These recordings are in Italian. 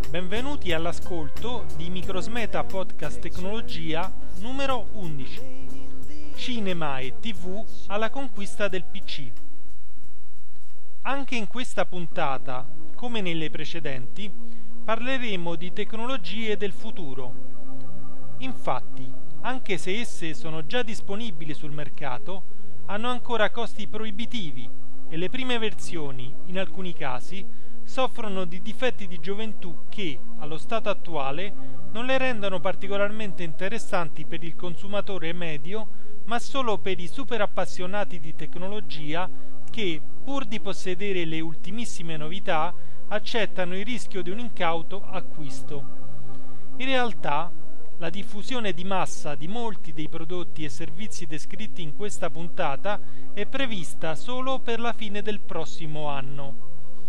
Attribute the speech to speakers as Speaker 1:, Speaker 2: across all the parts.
Speaker 1: benvenuti all'ascolto di Microsmeta Podcast Tecnologia numero 11. Cinema e TV alla conquista del PC. Anche in questa puntata, come nelle precedenti, parleremo di tecnologie del futuro. Infatti, anche se esse sono già disponibili sul mercato, hanno ancora costi proibitivi e le prime versioni, in alcuni casi, soffrono di difetti di gioventù che, allo stato attuale, non le rendono particolarmente interessanti per il consumatore medio, ma solo per i super appassionati di tecnologia che, pur di possedere le ultimissime novità, accettano il rischio di un incauto acquisto. In realtà, la diffusione di massa di molti dei prodotti e servizi descritti in questa puntata è prevista solo per la fine del prossimo anno.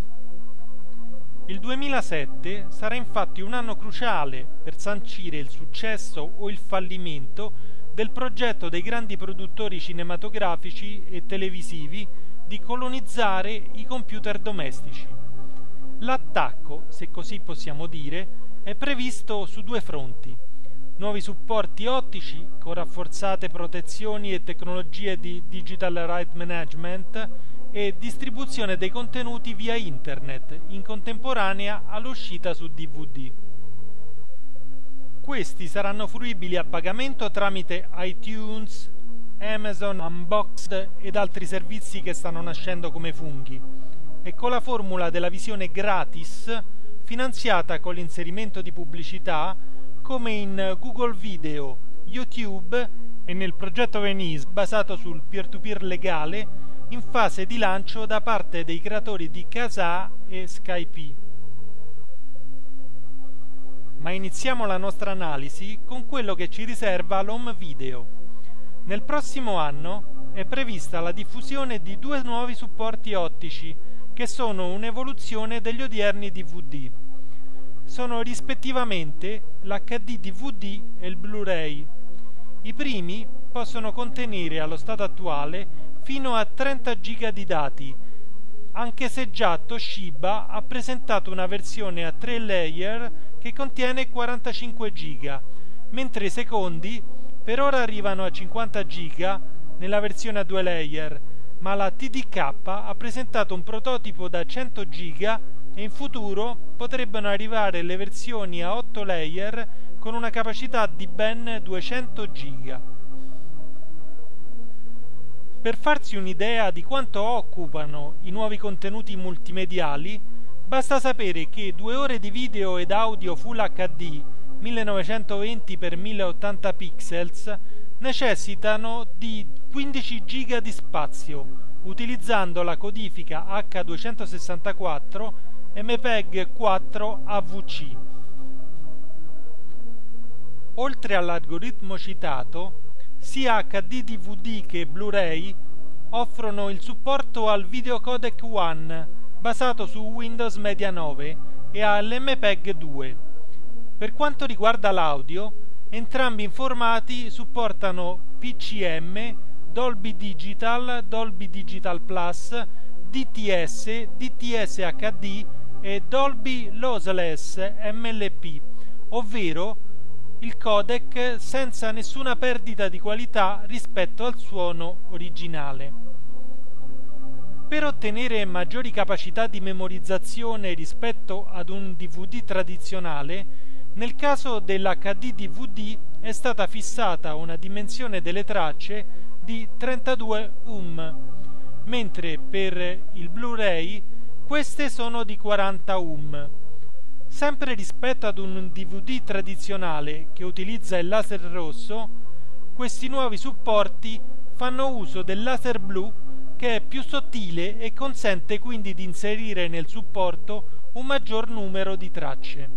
Speaker 1: Il 2007 sarà infatti un anno cruciale per sancire il successo o il fallimento del progetto dei grandi produttori cinematografici e televisivi di colonizzare i computer domestici. L'attacco, se così possiamo dire, è previsto su due fronti: nuovi supporti ottici con rafforzate protezioni e tecnologie di digital right management e distribuzione dei contenuti via internet in contemporanea all'uscita su DVD. Questi saranno fruibili a pagamento tramite iTunes, Amazon Unboxed ed altri servizi che stanno nascendo come funghi, e con la formula della visione gratis finanziata con l'inserimento di pubblicità come in Google Video, YouTube e nel progetto Venice basato sul peer-to-peer legale in fase di lancio da parte dei creatori di Kazaa e Skype. Ma iniziamo la nostra analisi con quello che ci riserva l'home video. Nel prossimo anno è prevista la diffusione di due nuovi supporti ottici che sono un'evoluzione degli odierni DVD. Sono rispettivamente l'HD DVD e il Blu-ray. I primi possono contenere allo stato attuale fino a 30 giga di dati, anche se già Toshiba ha presentato una versione a 3 layer che contiene 45 giga, mentre i secondi per ora arrivano a 50 giga nella versione a 2 layer, ma la TDK ha presentato un prototipo da 100 giga e in futuro potrebbero arrivare le versioni a 8 layer con una capacità di ben 200 giga. Per farsi un'idea di quanto occupano i nuovi contenuti multimediali, basta sapere che 2 ore di video ed audio Full HD 1920x1080 pixels necessitano di 15 giga di spazio, utilizzando la codifica H264 MPEG 4 AVC. Oltre all'algoritmo citato, sia HD DVD che Blu-ray offrono il supporto al videocodec One basato su Windows Media 9 e all'MPEG 2. Per quanto riguarda l'audio, entrambi i formati supportano PCM, Dolby Digital, Dolby Digital Plus, DTS, DTS HD e Dolby Lossless MLP, ovvero il codec senza nessuna perdita di qualità rispetto al suono originale. Per ottenere maggiori capacità di memorizzazione rispetto ad un DVD tradizionale, nel caso dell'HD DVD è stata fissata una dimensione delle tracce di 32 ohm, mentre per il Blu-ray queste sono di 40 ohm. Sempre rispetto ad un DVD tradizionale che utilizza il laser rosso, questi nuovi supporti fanno uso del laser blu, che è più sottile e consente quindi di inserire nel supporto un maggior numero di tracce.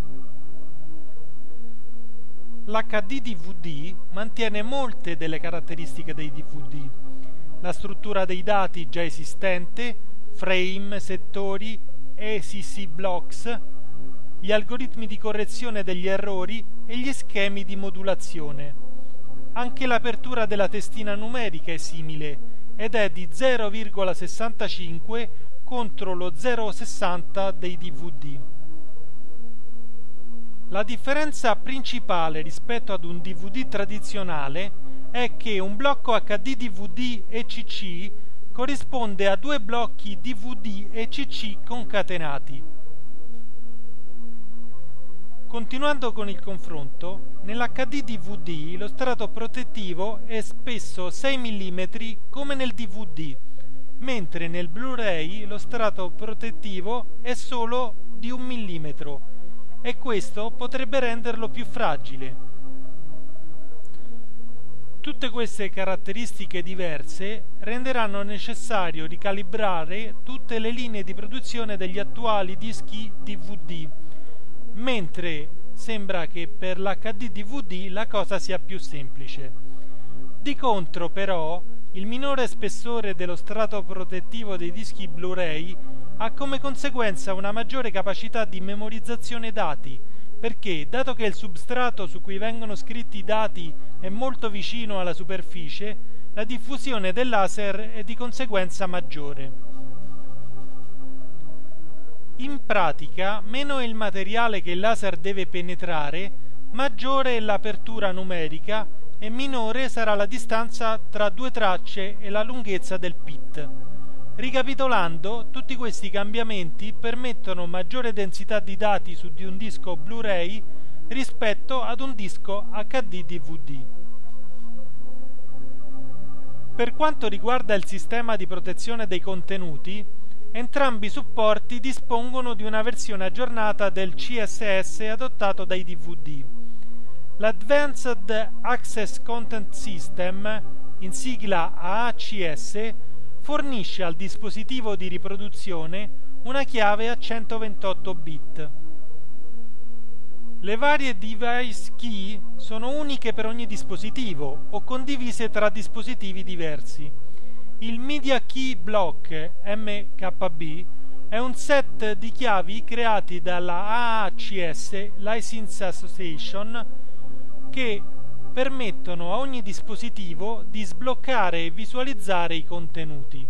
Speaker 1: L'HD DVD mantiene molte delle caratteristiche dei DVD: la struttura dei dati già esistente, frame, settori, ACC blocks, gli algoritmi di correzione degli errori e gli schemi di modulazione. Anche l'apertura della testina numerica è simile ed è di 0,65 contro lo 0,60 dei DVD. La differenza principale rispetto ad un DVD tradizionale è che un blocco HD DVD ECC corrisponde a due blocchi DVD ECC concatenati. Continuando con il confronto, nell'HD DVD lo strato protettivo è spesso 6 mm come nel DVD, mentre nel Blu-ray lo strato protettivo è solo di 1 mm e questo potrebbe renderlo più fragile. Tutte queste caratteristiche diverse renderanno necessario ricalibrare tutte le linee di produzione degli attuali dischi DVD, mentre sembra che per l'HD DVD la cosa sia più semplice. Di contro, però, il minore spessore dello strato protettivo dei dischi Blu-ray ha come conseguenza una maggiore capacità di memorizzazione dati, perché, dato che il substrato su cui vengono scritti i dati è molto vicino alla superficie, la diffusione del laser è di conseguenza maggiore. In pratica, meno è il materiale che il laser deve penetrare, maggiore è l'apertura numerica e minore sarà la distanza tra due tracce e la lunghezza del pit. Ricapitolando, tutti questi cambiamenti permettono maggiore densità di dati su di un disco Blu-ray rispetto ad un disco HD DVD. Per quanto riguarda il sistema di protezione dei contenuti, entrambi i supporti dispongono di una versione aggiornata del CSS adottato dai DVD. L'Advanced Access Content System, in sigla AACS, fornisce al dispositivo di riproduzione una chiave a 128 bit. Le varie device key sono uniche per ogni dispositivo o condivise tra dispositivi diversi. Il Media Key Block MKB è un set di chiavi creati dalla AACS License Association che permettono a ogni dispositivo di sbloccare e visualizzare i contenuti.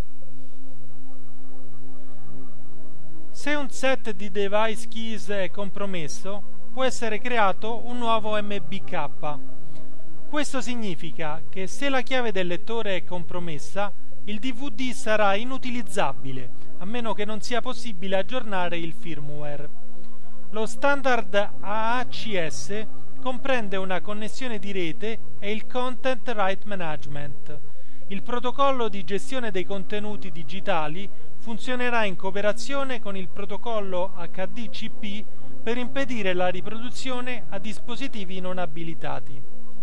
Speaker 1: Se un set di device keys è compromesso, può essere creato un nuovo MBK. Questo significa che se la chiave del lettore è compromessa, il DVD sarà inutilizzabile, a meno che non sia possibile aggiornare il firmware. Lo standard AACS comprende una connessione di rete e il Content Right Management. Il protocollo di gestione dei contenuti digitali funzionerà in cooperazione con il protocollo HDCP per impedire la riproduzione a dispositivi non abilitati.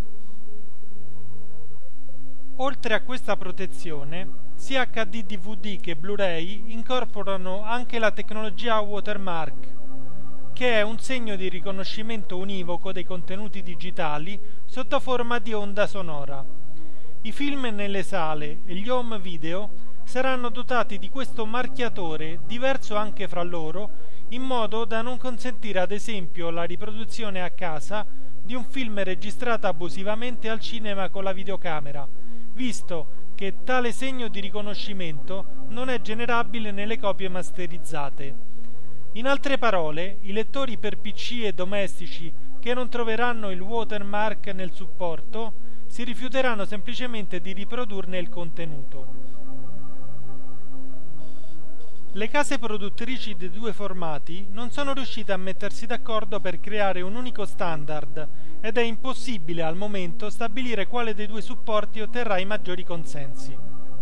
Speaker 1: Oltre a questa protezione, sia HD DVD che Blu-ray incorporano anche la tecnologia Watermark, che è un segno di riconoscimento univoco dei contenuti digitali sotto forma di onda sonora. I film nelle sale e gli home video saranno dotati di questo marchiatore diverso anche fra loro, in modo da non consentire ad esempio la riproduzione a casa di un film registrato abusivamente al cinema con la videocamera, visto che tale segno di riconoscimento non è generabile nelle copie masterizzate. In altre parole, i lettori per PC e domestici che non troveranno il watermark nel supporto si rifiuteranno semplicemente di riprodurne il contenuto. Le case produttrici dei due formati non sono riuscite a mettersi d'accordo per creare un unico standard ed è impossibile al momento stabilire quale dei due supporti otterrà i maggiori consensi.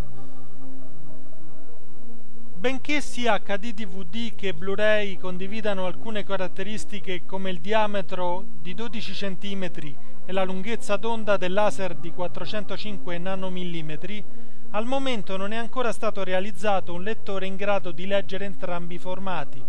Speaker 1: Benché sia HD DVD che Blu-ray condividano alcune caratteristiche come il diametro di 12 cm e la lunghezza d'onda del laser di 405 nm, al momento non è ancora stato realizzato un lettore in grado di leggere entrambi i formati.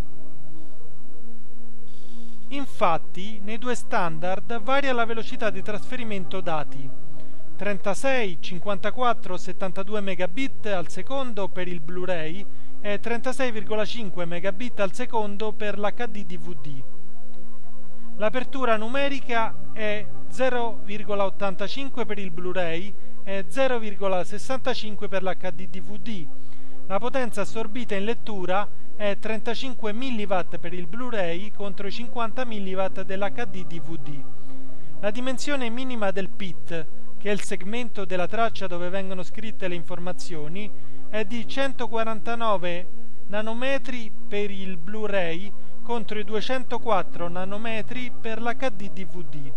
Speaker 1: Infatti, nei due standard varia la velocità di trasferimento dati: 36, 54 o 72 megabit al secondo per il Blu-ray e 36,5 megabit al secondo per l'HD DVD. L'apertura numerica è 0,85 per il Blu-ray e 0,65 per l'HD DVD. La potenza assorbita in lettura è 35 mW per il Blu-ray contro i 50 mW dell'HD DVD. La dimensione minima del PIT, che è il segmento della traccia dove vengono scritte le informazioni, è di 149 nanometri per il Blu-ray contro i 204 nanometri per l'HD DVD.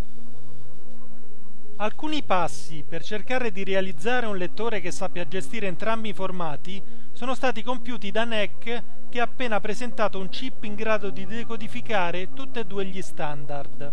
Speaker 1: Alcuni passi per cercare di realizzare un lettore che sappia gestire entrambi i formati sono stati compiuti da NEC, che ha appena presentato un chip in grado di decodificare tutti e due gli standard.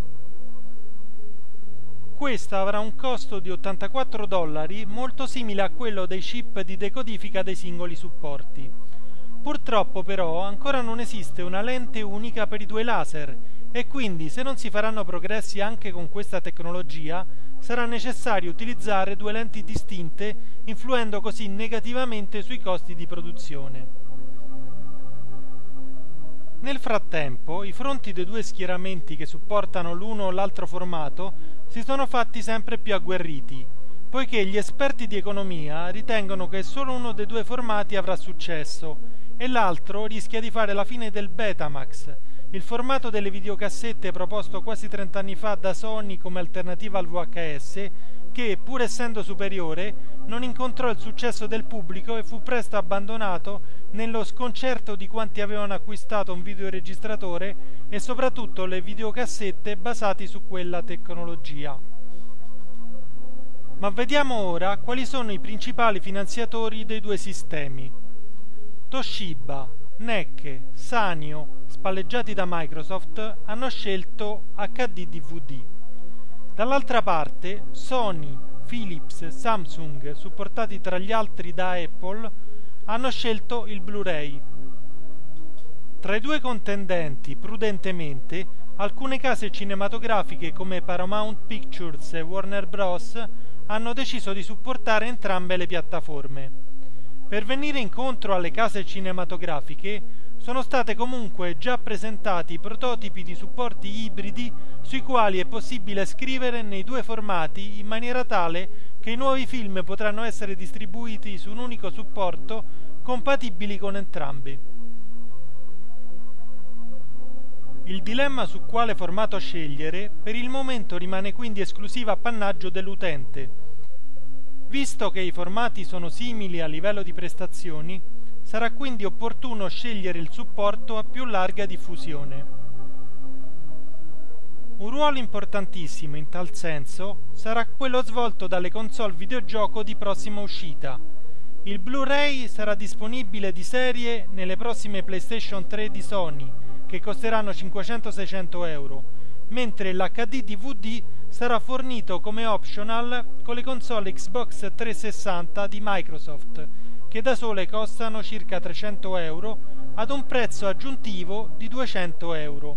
Speaker 1: Questo avrà un costo di $84, molto simile a quello dei chip di decodifica dei singoli supporti. Purtroppo però ancora non esiste una lente unica per i due laser e quindi, se non si faranno progressi anche con questa tecnologia, sarà necessario utilizzare due lenti distinte, influendo così negativamente sui costi di produzione. Nel frattempo, i fronti dei due schieramenti che supportano l'uno o l'altro formato si sono fatti sempre più agguerriti, poiché gli esperti di economia ritengono che solo uno dei due formati avrà successo e l'altro rischia di fare la fine del Betamax, il formato delle videocassette proposto quasi 30 anni fa da Sony come alternativa al VHS, che, pur essendo superiore, non incontrò il successo del pubblico e fu presto abbandonato nello sconcerto di quanti avevano acquistato un videoregistratore e soprattutto le videocassette basati su quella tecnologia. Ma vediamo ora quali sono i principali finanziatori dei due sistemi. Toshiba, NEC, Sanyo, spalleggiati da Microsoft, hanno scelto HD DVD. Dall'altra parte, Sony, Philips e Samsung, supportati tra gli altri da Apple, hanno scelto il Blu-ray. Tra i due contendenti, prudentemente, alcune case cinematografiche come Paramount Pictures e Warner Bros. Hanno deciso di supportare entrambe le piattaforme. Per venire incontro alle case cinematografiche sono state comunque già presentati prototipi di supporti ibridi sui quali è possibile scrivere nei due formati in maniera tale che i nuovi film potranno essere distribuiti su un unico supporto compatibili con entrambi. Il dilemma su quale formato scegliere per il momento rimane quindi esclusivo appannaggio dell'utente. Visto che i formati sono simili a livello di prestazioni, sarà quindi opportuno scegliere il supporto a più larga diffusione. Un ruolo importantissimo in tal senso sarà quello svolto dalle console videogioco di prossima uscita. Il Blu-ray sarà disponibile di serie nelle prossime PlayStation 3 di Sony, che costeranno 500-600 euro, mentre l'HD DVD sarà fornito come optional con le console Xbox 360 di Microsoft, che da sole costano circa 300 euro ad un prezzo aggiuntivo di 200 euro.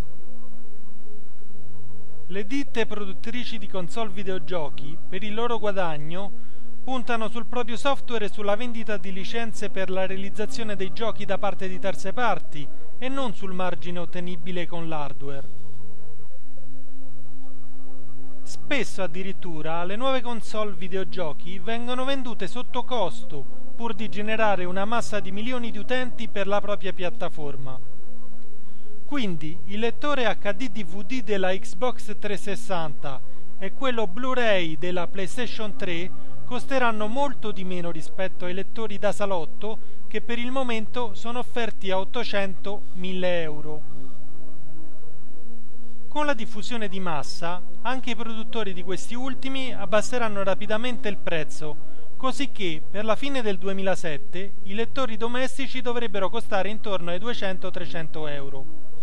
Speaker 1: Le ditte produttrici di console videogiochi, per il loro guadagno, puntano sul proprio software e sulla vendita di licenze per la realizzazione dei giochi da parte di terze parti e non sul margine ottenibile con l'hardware. Spesso addirittura le nuove console videogiochi vengono vendute sotto costo pur di generare una massa di milioni di utenti per la propria piattaforma. Quindi il lettore HD DVD della Xbox 360 e quello Blu-ray della PlayStation 3 costeranno molto di meno rispetto ai lettori da salotto che per il momento sono offerti a 800-1000 euro. Con la diffusione di massa, anche i produttori di questi ultimi abbasseranno rapidamente il prezzo, così che per la fine del 2007 i lettori domestici dovrebbero costare intorno ai 200-300 euro.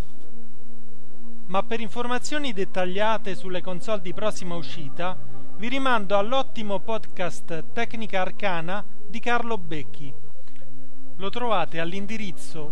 Speaker 1: Ma per informazioni dettagliate sulle console di prossima uscita, vi rimando all'ottimo podcast Tecnica Arcana di Carlo Becchi. Lo trovate all'indirizzo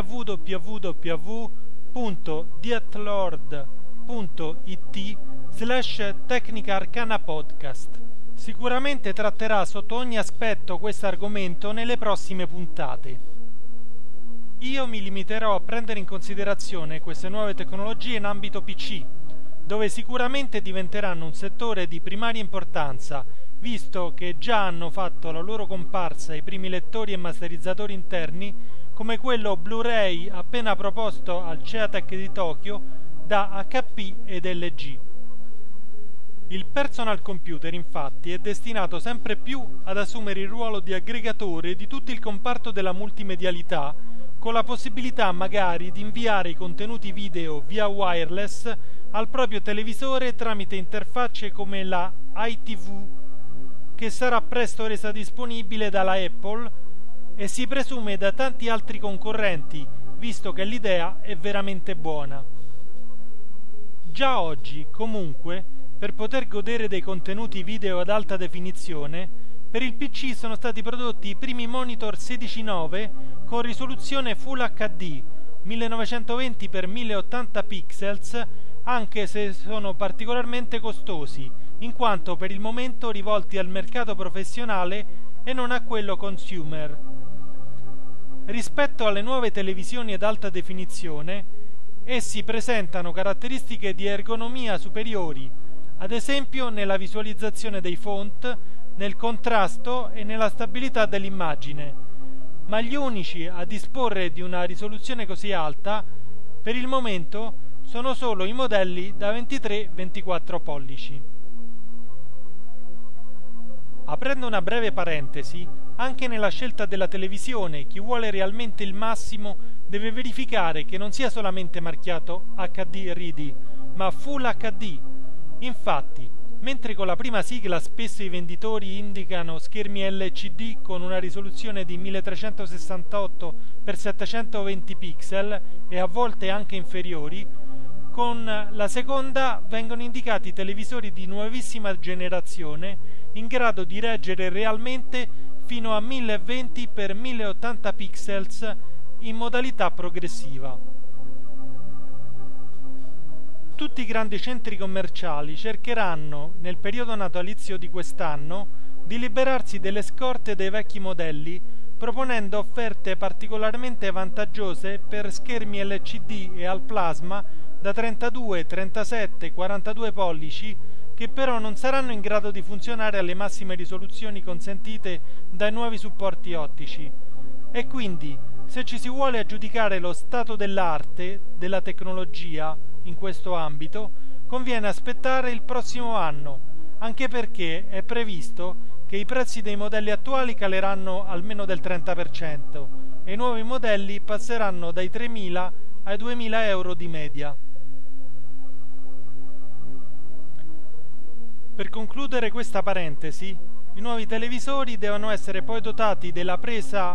Speaker 1: www.diatlord.it/Tecnica Arcana Podcast. Sicuramente tratterà sotto ogni aspetto questo argomento nelle prossime puntate. Io mi limiterò a prendere in considerazione queste nuove tecnologie in ambito PC, dove sicuramente diventeranno un settore di primaria importanza, visto che già hanno fatto la loro comparsa i primi lettori e masterizzatori interni come quello Blu-ray appena proposto al CEATEC di Tokyo da HP ed LG. Il personal computer infatti è destinato sempre più ad assumere il ruolo di aggregatore di tutto il comparto della multimedialità, con la possibilità magari di inviare i contenuti video via wireless al proprio televisore tramite interfacce come la iTV, che sarà presto resa disponibile dalla Apple e si presume da tanti altri concorrenti, visto che l'idea è veramente buona. Già oggi, comunque, per poter godere dei contenuti video ad alta definizione, per il PC sono stati prodotti i primi monitor 16:9 con risoluzione Full HD 1920x1080 pixels, anche se sono particolarmente costosi, in quanto per il momento rivolti al mercato professionale e non a quello consumer. Rispetto alle nuove televisioni ad alta definizione, essi presentano caratteristiche di ergonomia superiori, ad esempio nella visualizzazione dei font, nel contrasto e nella stabilità dell'immagine, ma gli unici a disporre di una risoluzione così alta, per il momento, sono solo i modelli da 23-24 pollici. Aprendo una breve parentesi, anche nella scelta della televisione, chi vuole realmente il massimo deve verificare che non sia solamente marchiato HD Ready, ma Full HD. Infatti, mentre con la prima sigla spesso i venditori indicano schermi LCD con una risoluzione di 1368x720 pixel e a volte anche inferiori, con la seconda vengono indicati televisori di nuovissima generazione in grado di reggere realmente fino a 1020x1080 pixels in modalità progressiva. Tutti i grandi centri commerciali cercheranno, nel periodo natalizio di quest'anno, di liberarsi delle scorte dei vecchi modelli, proponendo offerte particolarmente vantaggiose per schermi LCD e al plasma da 32, 37, 42 pollici, che però non saranno in grado di funzionare alle massime risoluzioni consentite dai nuovi supporti ottici. E quindi, se ci si vuole aggiudicare lo stato dell'arte della tecnologia in questo ambito, conviene aspettare il prossimo anno, anche perché è previsto che i prezzi dei modelli attuali caleranno almeno del 30% e i nuovi modelli passeranno dai 3.000 ai 2.000 euro di media. Per concludere questa parentesi, i nuovi televisori devono essere poi dotati della presa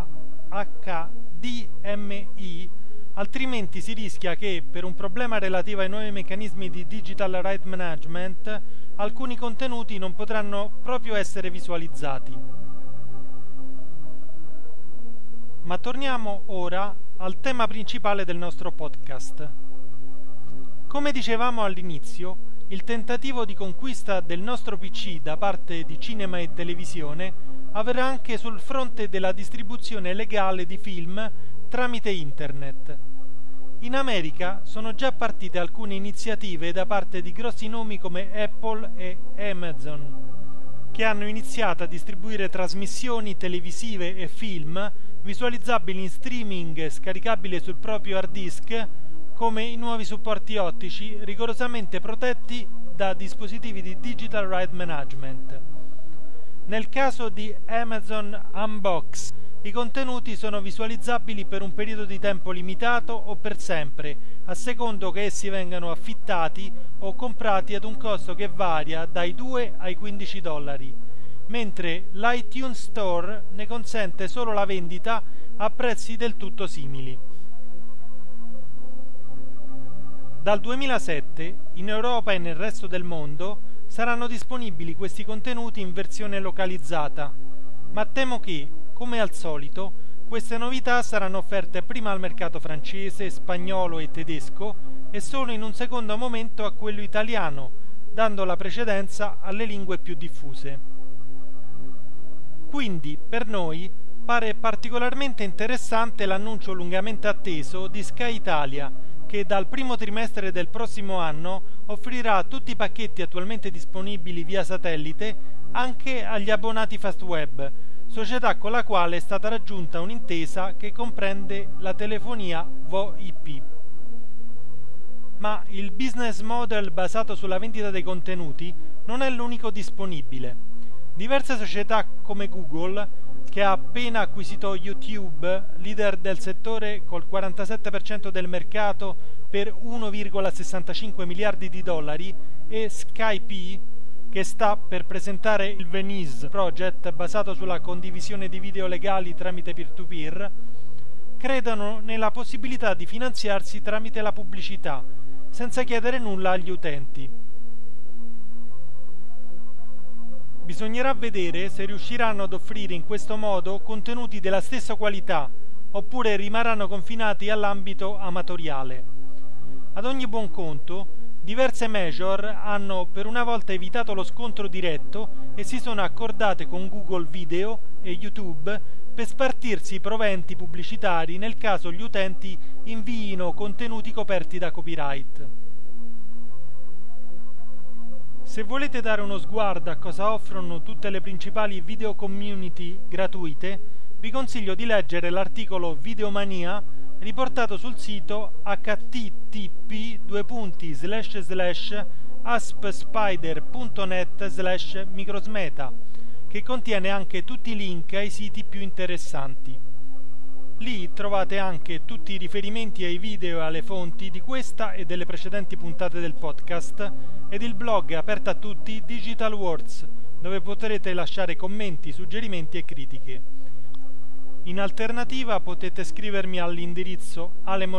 Speaker 1: HDMI, altrimenti si rischia che, per un problema relativo ai nuovi meccanismi di Digital Right Management, alcuni contenuti non potranno proprio essere visualizzati. Ma torniamo ora al tema principale del nostro podcast. Come dicevamo all'inizio, il tentativo di conquista del nostro PC da parte di cinema e televisione avverrà anche sul fronte della distribuzione legale di film tramite internet. In America sono già partite alcune iniziative da parte di grossi nomi come Apple e Amazon, che hanno iniziato a distribuire trasmissioni televisive e film visualizzabili in streaming scaricabili sul proprio hard disk, come i nuovi supporti ottici rigorosamente protetti da dispositivi di Digital Right Management. Nel caso di Amazon Unbox, i contenuti sono visualizzabili per un periodo di tempo limitato o per sempre, a secondo che essi vengano affittati o comprati ad un costo che varia dai 2 ai $15, mentre l'iTunes Store ne consente solo la vendita a prezzi del tutto simili. Dal 2007, in Europa e nel resto del mondo, saranno disponibili questi contenuti in versione localizzata, ma temo che, come al solito, queste novità saranno offerte prima al mercato francese, spagnolo e tedesco e solo in un secondo momento a quello italiano, dando la precedenza alle lingue più diffuse. Quindi, per noi, pare particolarmente interessante l'annuncio lungamente atteso di Sky Italia, che dal primo trimestre del prossimo anno offrirà tutti i pacchetti attualmente disponibili via satellite anche agli abbonati Fastweb, società con la quale è stata raggiunta un'intesa che comprende la telefonia VoIP. Ma il business model basato sulla vendita dei contenuti non è l'unico disponibile. Diverse società come Google, che ha appena acquisito YouTube, leader del settore col 47% del mercato per 1,65 miliardi di dollari, e Skype, che sta per presentare il Venice Project basato sulla condivisione di video legali tramite peer-to-peer, credono nella possibilità di finanziarsi tramite la pubblicità, senza chiedere nulla agli utenti. Bisognerà vedere se riusciranno ad offrire in questo modo contenuti della stessa qualità, oppure rimarranno confinati all'ambito amatoriale. Ad ogni buon conto, diverse major hanno per una volta evitato lo scontro diretto e si sono accordate con Google Video e YouTube per spartirsi i proventi pubblicitari nel caso gli utenti inviino contenuti coperti da copyright. Se volete dare uno sguardo a cosa offrono tutte le principali video community gratuite, vi consiglio di leggere l'articolo Videomania riportato sul sito http://aspspider.net/microsmeta, che contiene anche tutti i link ai siti più interessanti. Lì trovate anche tutti i riferimenti ai video e alle fonti di questa e delle precedenti puntate del podcast, ed il blog aperto a tutti Digital Words, dove potrete lasciare commenti, suggerimenti e critiche. In alternativa potete scrivermi all'indirizzo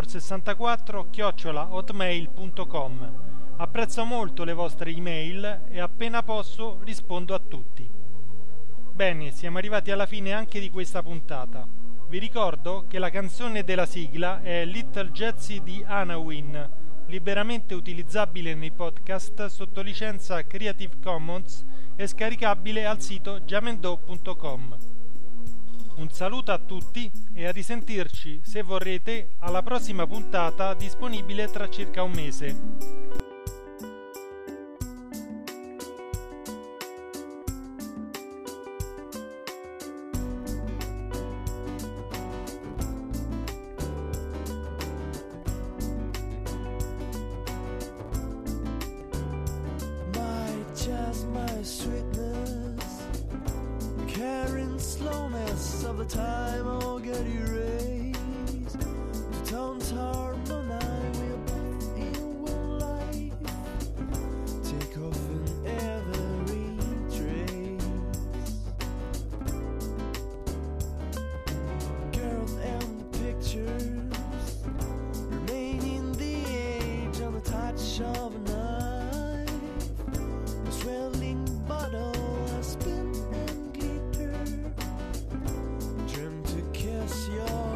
Speaker 1: alemor64@hotmail.com. Apprezzo molto le vostre email e appena posso rispondo a tutti. Bene, siamo arrivati alla fine anche di questa puntata. Vi ricordo che la canzone della sigla è Little Jazzy di Anawin, liberamente utilizzabile nei podcast sotto licenza Creative Commons e scaricabile al sito jamendo.com. Un saluto a tutti e a risentirci, se vorrete, alla prossima puntata disponibile tra circa un mese.
Speaker 2: My sweetness, carrying slowness of the time I'll get erased. The tones harmonize, we're both in one life. Take off in every trace. Girls and pictures remain in the age on the touch of a knife. Swelling bottle, I spin and glitter, dream to kiss your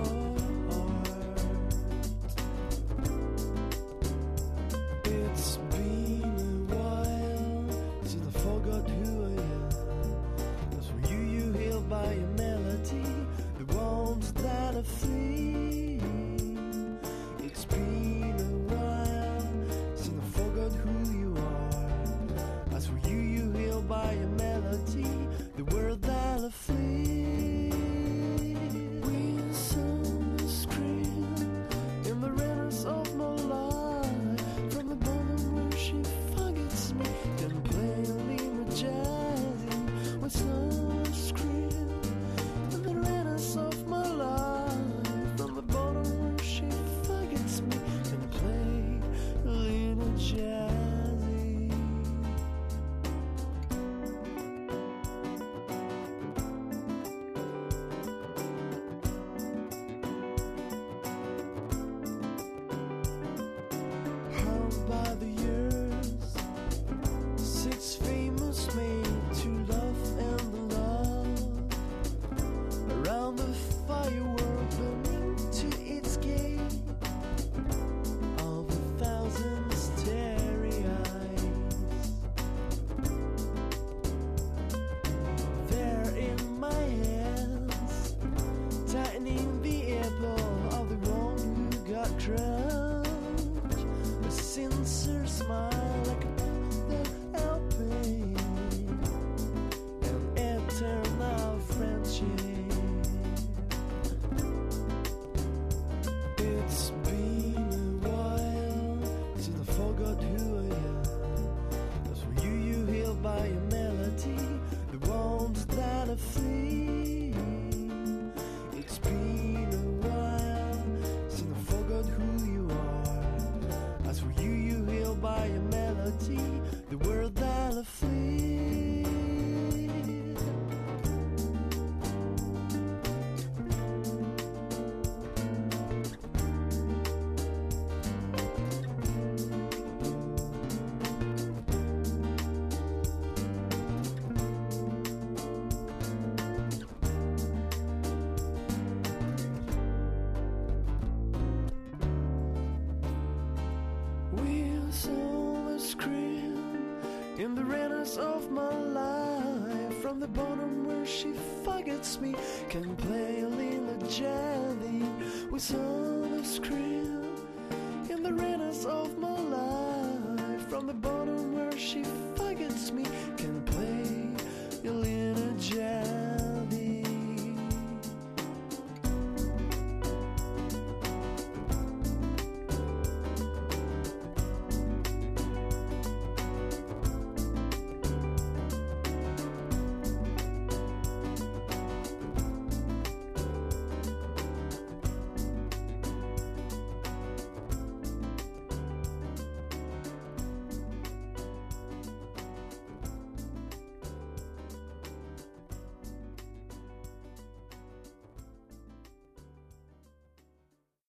Speaker 2: arenas of my life, from the bottom where she forgets me, can play a little jelly with some ice cream. In the arenas of my life, from the bottom where she forgets me, can play a little jelly.